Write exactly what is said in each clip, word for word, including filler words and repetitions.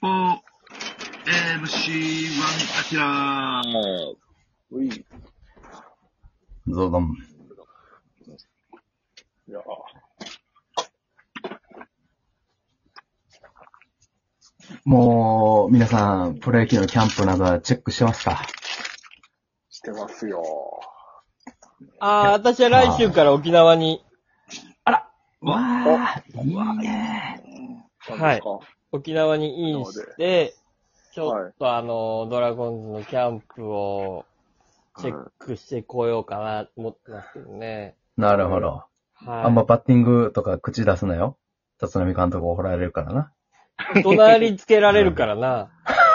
フォー、エムシーワン アキラー。 うい。 ゾドン。 いやもう、皆さん、プロ野球のキャンプなどはチェックしてますか？ してますよ。 ああ、私は来週から沖縄に。 あらわあ、いいね。 はい。沖縄にインして、ちょっとあの、ドラゴンズのキャンプをチェックしてこようかなと思ってますけどね。 なるほど。はい。あんまバッティングとか口出すなよ。立浪監督怒られるからな。 隣つけられるからな。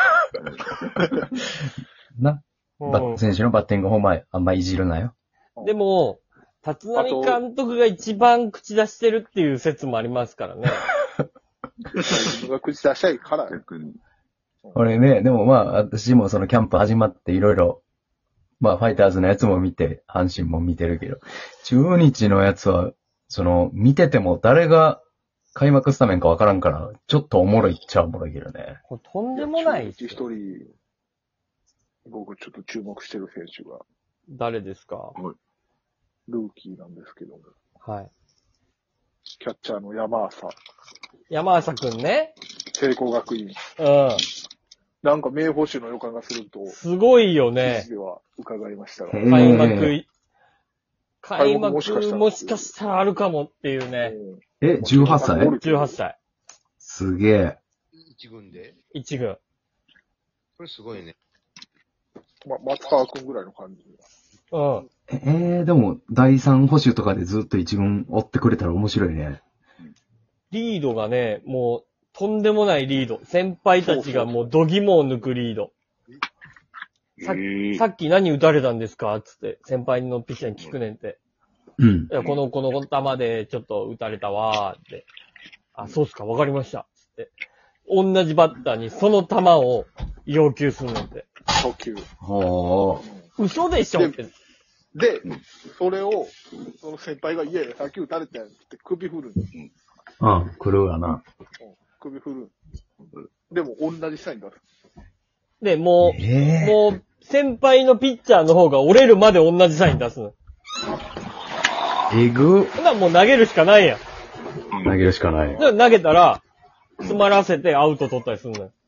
な。バッ選手のバッティングフォームはあんまいじるなよ。 でも、立浪監督が一番口出してるっていう説もありますからね。 自分が口出したいから。 俺ね、でもまあ、私もそのキャンプ始まっていろいろ、まあ、ファイターズのやつも見て、阪神も見てるけど、中日のやつは、その、見てても誰が開幕スタメンかわからんから、ちょっとおもろいっちゃおもろいけどね。 これとんでもないっすよ。 一人、僕ちょっと注目してる選手が。 誰ですか？ ルーキーなんですけども。 はい。 キャッチャーの山浅。 山浅くんね。 聖光学院。 うん。 なんか名捕手の予感がすると。 すごいよね。 では伺いましたが。 開幕、開幕もしかしたらあるかもっていうね。 え、じゅうはっさい ? じゅうはっさい。 すげえ。 一軍で一軍。 これすごいね。 ま、松川くんぐらいの感じ。 うん。 えー、でも、第三捕手とかでずっと一軍追ってくれたら面白いね。 リードがね、もう、とんでもないリード。先輩たちがもう、度肝を抜くリード。さ, さっき何打たれたんですかつって、先輩のピッチャーに聞くねんって。 うん。 いや、この、この球でちょっと打たれたわーって。あ、そうっすか、わかりました。つって。同じバッターにその球を要求するねんって。 初球。 ほー。嘘でしょって。 で、それを、その先輩が、いやいや、さっき打たれたやんって首振るんです。 うん、来るわな。 うん、首振る。でも、同じサイン出す。 で、もう、 えー、 もう、先輩のピッチャーの方が折れるまで同じサイン出すの。 えぐ。 ほな、もう投げるしかないやん。 投げるしかない。 で、投げたら、詰まらせてアウト取ったりするのよ。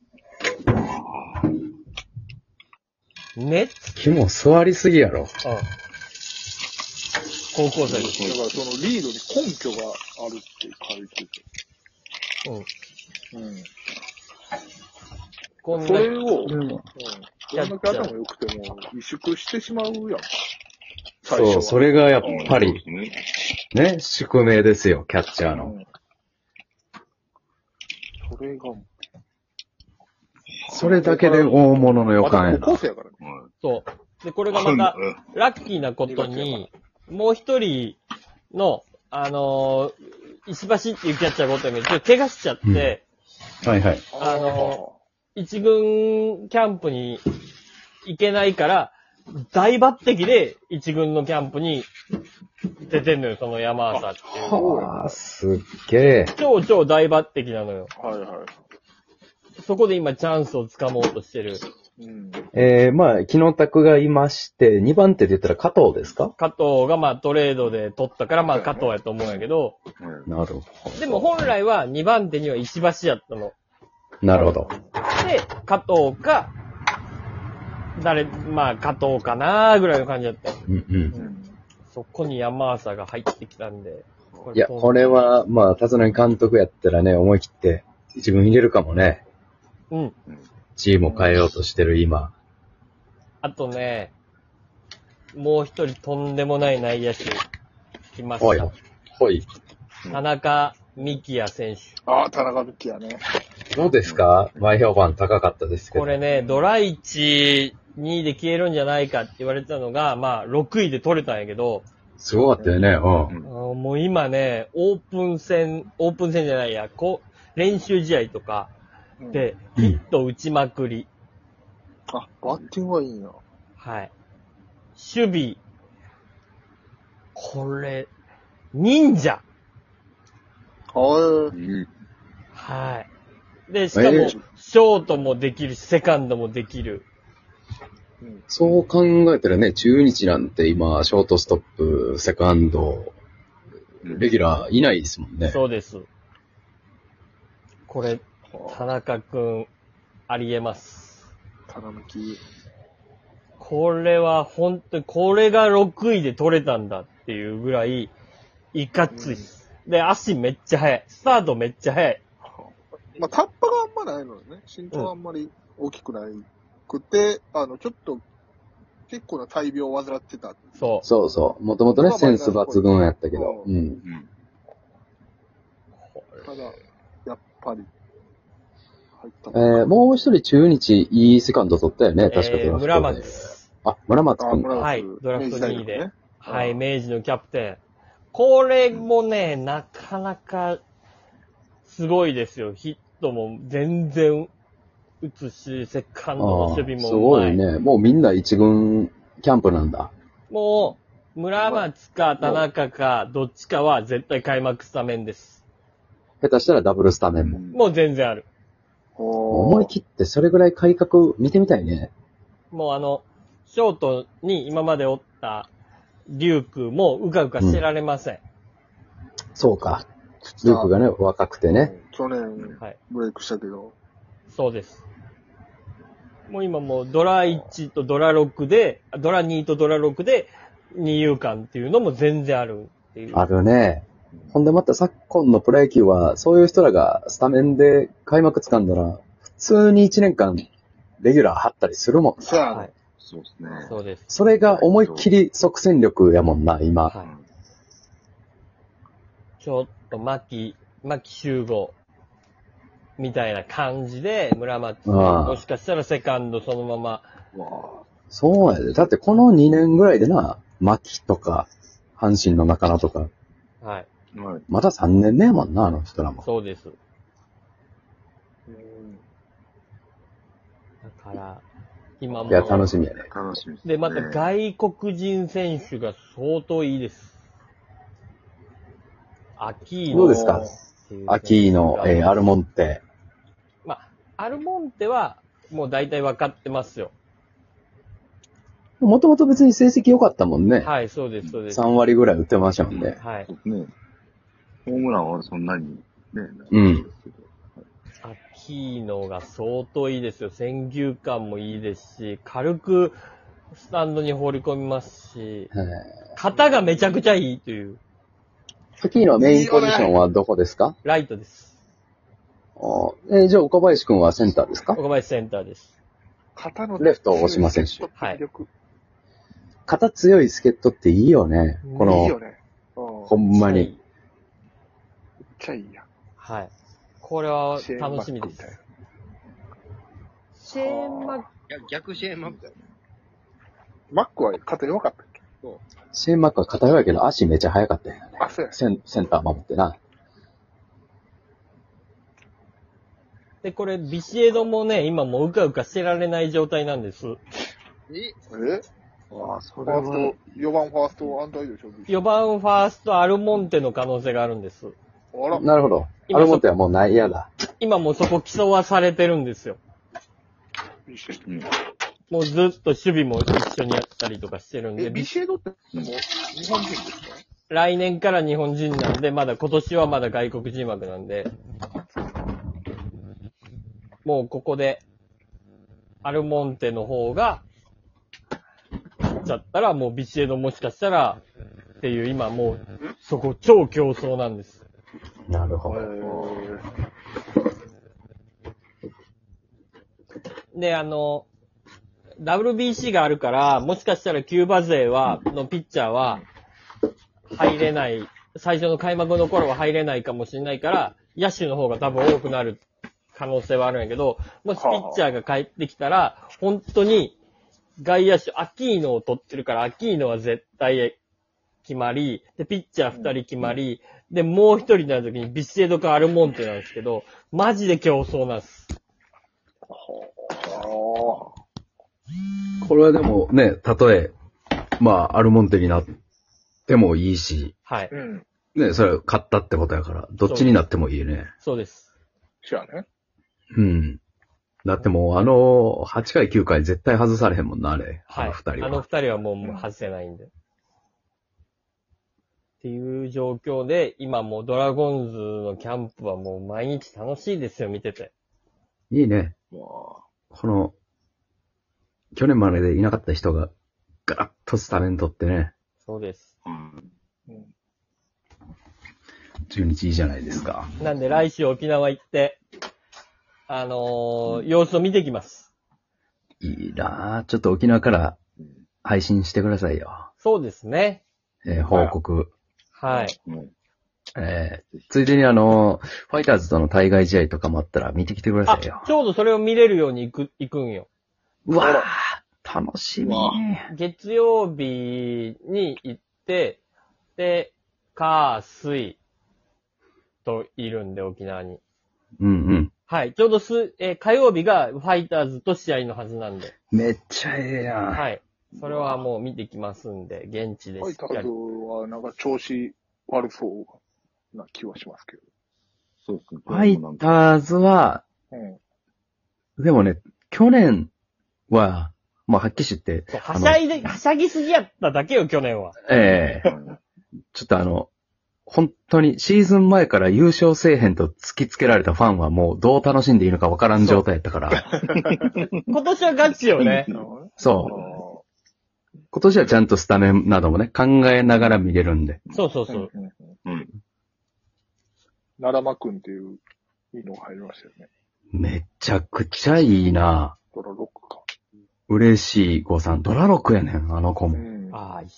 ねっ肝座りすぎやろ。うん。 高校生です。 だからそのリードに根拠があるって書いてて。うん。うん。 こんなそれを、うん。 こんだけ頭良くても、萎縮してしまうやん。 そう、それがやっぱり、ね、宿命ですよ、キャッチャーの。うん、 それが、 それだけで大物の予感やな。 高校生やからね。 そう。で、これがまた、ラッキーなことに、もう一人の、あのー、石橋っていうキャッチャーがおったんだけど、怪我しちゃって、 うん、はいはい。 あのー、一軍キャンプに行けないから、大抜擢で一軍のキャンプに出てんのよ、その山浅っていう。 はぁ、すっげえ。 超超大抜擢なのよ。 はいはい。 そこで今チャンスをつかもうとしてる。 うん、えー、まあ、木野拓がいまして、にばん手で言ったら加藤ですか？ 加藤がまあトレードで取ったからまあ加藤やと思うんやけど。 なるほど。 でも本来はにばん手には石橋やったの。 なるほど。 で、加藤か、誰、まあ加藤かなーぐらいの感じだった。 うんうん。 そこに山浅が入ってきたんで。 いや、これは、まあ、立浪監督やったらね、思い切って自分入れるかもね。 うん。 チームを変えようとしてる今。 あとね、もう一人とんでもない内野手来ました。 はい。はい。 田中幹也選手。 ああ、田中幹也ね。 どうですか？前評判高かったですけど。 これね、ドライチにいで消えるんじゃないかって言われてたのが、まあろくいで取れたんやけど。 すごかったよね、 うん。もう今ね、オープン戦、オープン戦じゃないや、こう、練習試合とかで、ヒット打ちまくり。 うん、あ、バッティングはいいな。 はい。守備。これ、忍者。 はい。 はい。 で、しかも、 えーショートもできるし、セカンドもできる。 うん。 そう考えたらね、中日なんて今、ショートストップ、セカンド、レギュラーいないですもんね。 そうです。これ、田中くん、ありえます。 ただ抜き。 これは本当に、これがろくいで取れたんだっていうぐらい、いかついっす。で、足めっちゃ速い。スタートめっちゃ速い。 まあ、タッパがあんまないのよね。身長があんまり大きくないくて、あの、ちょっと、結構な大病を患ってた。 そう。 そうそう。もともとね、センス抜群やったけど。うん。 うん。 ただ、やっぱり、入ったえー、もう一人中日いいセカンド取ったよね、確かえー、村松。 あ、村松くん。 村松はい、ドラフトにい明治大学で。 ねはい、明治のキャプテン。これもね、なかなか、すごいですよ。ヒットも全然打つし、セカンドの守備もうまい。 すごいね。もうみんな一軍キャンプなんだ。 もう、村松か田中か、どっちかは絶対開幕スタメンです。 下手したらダブルスタメンも。 もう全然ある。 思い切ってそれぐらい改革見てみたいね。 もうあの、ショートに今までおったリュウクもうかうかしてられません。うん、 そうか。ルークがね、若くてね。 去年、ブレイクしたけど、はい。 そうです。もう今もうドラいちとドラろくで、ドラにとドラろくで二遊間っていうのも全然あるっていう。 あるね。ほんでまた昨今のプロ野球は、そういう人らがスタメンで開幕掴んだら、普通にいちねんかんレギュラー張ったりするもん。 そうや、 はい。 そうですね。 そうです。 それが思いっきり即戦力やもんな、今。はい。 ちょっと、牧、牧集合、みたいな感じで、村松、もしかしたらセカンドそのまま。 そうやで。だってこのにねんぐらいでな、牧とか、阪神の中野とか。 はい。 まださんねんめやもんな、あの人らも。 そうです。だから、今も。 いや、楽しみやね。 楽しみです、 ね。で、また外国人選手が相当いいです。アキーノ。 どうですかアキーノ、えー、アルモンテ。 まあ、アルモンテは、もう大体分かってますよ。 もともと別に成績良かったもんね。 はい、そうです、そうです。 さんわりぐらい打ってましたもんね。 はい。 そうですね。ホームランはそんなにね。 うん。 アキーノが相当いいですよ。選球感もいいですし、軽くスタンドに放り込みますし、肩がめちゃくちゃいいという。 アキーノはメインポジションはどこですか？ ライトです。 あえー、じゃあ岡林くんはセンターですか？ 岡林センターです。 肩のレフト大島選手。 はい。 肩強い助っ人っていいよね。この、 いいよね。 ほんまに。 めっちゃいいやん。 はい。これは楽しみです。シェーンマック。 いや、逆シェーンマックだよね。 マックは肩弱かったっけ？ そう。 シェーンマックは肩弱いけど足めっちゃ速かったよね。 あ、そうや。 セン、センター守ってな。 で、これ、ビシエドもね、今もううかうかしてられない状態なんです。 ええああ、それは。ファースト、よばんファースト安泰でしょ。 よばんファーストアルモンテの可能性があるんです。 あら。 なるほど。アルモンテはもう内野だ。 今もうそこ競わされてるんですよ。 うん、 もうずっと守備も一緒にやったりとかしてるんで。 え、ビシエドってもう日本人ですか？ 来年から日本人なんで、まだ今年はまだ外国人枠なんで。もうここで、アルモンテの方が、だったらもうビシエドもしかしたら、っていう今もう、そこ超競争なんです。 なるほど。 で、あの、ダブリュービーシー があるから、もしかしたらキューバ勢は、のピッチャーは、入れない、最初の開幕の頃は入れないかもしれないから、野手の方が多分多くなる可能性はあるんやけど、もしピッチャーが帰ってきたら、本当に外野手、アキーノを取ってるから、アキーノは絶対決まり、で、ピッチャー二人決まり、で、もう一人になるときにビシエドかアルモンテなんですけど、マジで競争なんです。 これはでもね、たとえ、まあ、アルモンテになってもいいし、 はい。 ね、それは勝ったってことやから、どっちになってもいいね。 そうです。 そうやね。 うん。だってもうあの、はちかいきゅうかい絶対外されへんもんな、あれ。 はい。 あの二人は。 あの二人はもうもう外せないんで。っていう状況で、今もうドラゴンズのキャンプはもう毎日楽しいですよ、見てて。 いいね。この、去年まででいなかった人が、ガラッとスタメン取ってね。 そうです。 うん。 中日いいじゃないですか。 なんで来週沖縄行って、あのー、様子を見てきます。 いいなぁ。ちょっと沖縄から配信してくださいよ。 そうですね。 えー、報告。 はい。 えー、ついでにあの、ファイターズとの対外試合とかもあったら見てきてくださいよ。 ちょうどそれを見れるように行く、行くんよ。 うわぁ、楽しみ。 月曜日に行って、で、火、水といるんで、沖縄に。 うんうん。 はい。ちょうどす、えー火曜日がファイターズと試合のはずなんで。 めっちゃええやん。 はい。それはもう見てきますんで、現地でファイターズはなんか調子悪そうな気はしますけど。 そうですね。 ファイターズは、 うん。 でもね、去年は、まあ、はっきり言って、 はしゃいで、はしゃぎすぎやっただけよ、去年は。 ええちょっとあの、本当にシーズン前から優勝せえへんと突きつけられたファンはもうどう楽しんでいいのかわからん状態やったから。 今年はガチよね。 そう。今年はちゃんとスタメンなどもね、考えながら見れるんで。 そうそうそう。 うんうんうん。奈良間くんっていういいのが入りましたよね。めちゃくちゃいいなドラロックか。 嬉しい子さん。ドラロックやねん、あの子も。 うん、 ああ、いや。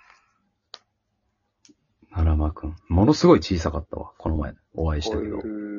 奈良間くん。ものすごい小さかったわ、この前お会いしたけど。